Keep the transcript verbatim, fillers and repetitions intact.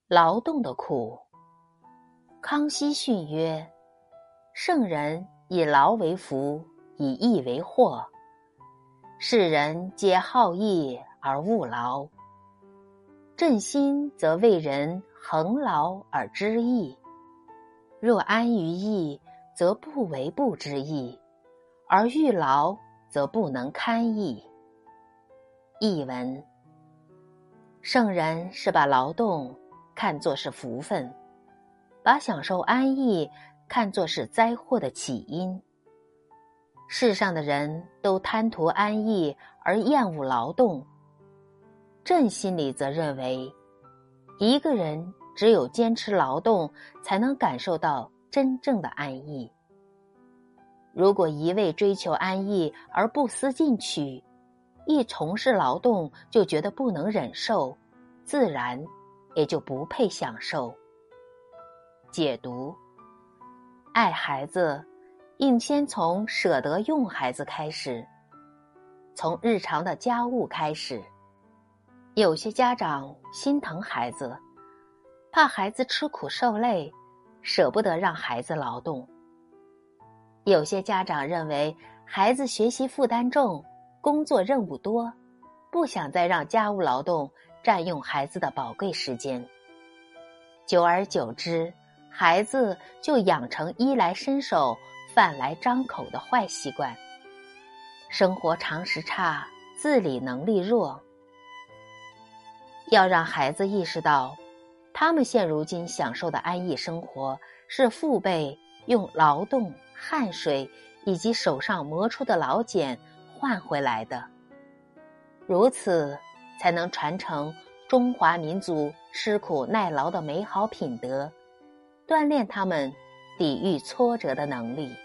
劳动的苦。康熙训曰：圣人以劳为福，以逸为祸。世人皆好逸而恶劳，正心则为人恒劳而知逸。若安于逸，则不为不知逸，而欲劳，则不能堪逸。译文：圣人是把劳动看作是福分，把享受安逸看作是灾祸的起因。世上的人都贪图安逸而厌恶劳动，正心里则认为，一个人只有坚持劳动，才能感受到真正的安逸。如果一味追求安逸而不思进取，一从事劳动就觉得不能忍受，自然也就不配享受。解读：爱孩子应先从舍得用孩子开始，从日常的家务开始。有些家长心疼孩子，怕孩子吃苦受累，舍不得让孩子劳动。有些家长认为孩子学习负担重，工作任务多，不想再让家务劳动占用孩子的宝贵时间。久而久之，孩子就养成衣来伸手、饭来张口的坏习惯，生活常识差，自理能力弱。要让孩子意识到，他们现如今享受的安逸生活，是父辈用劳动、汗水以及手上磨出的老茧换回来的，如此才能传承中华民族吃苦耐劳的美好品德，锻炼他们抵御挫折的能力。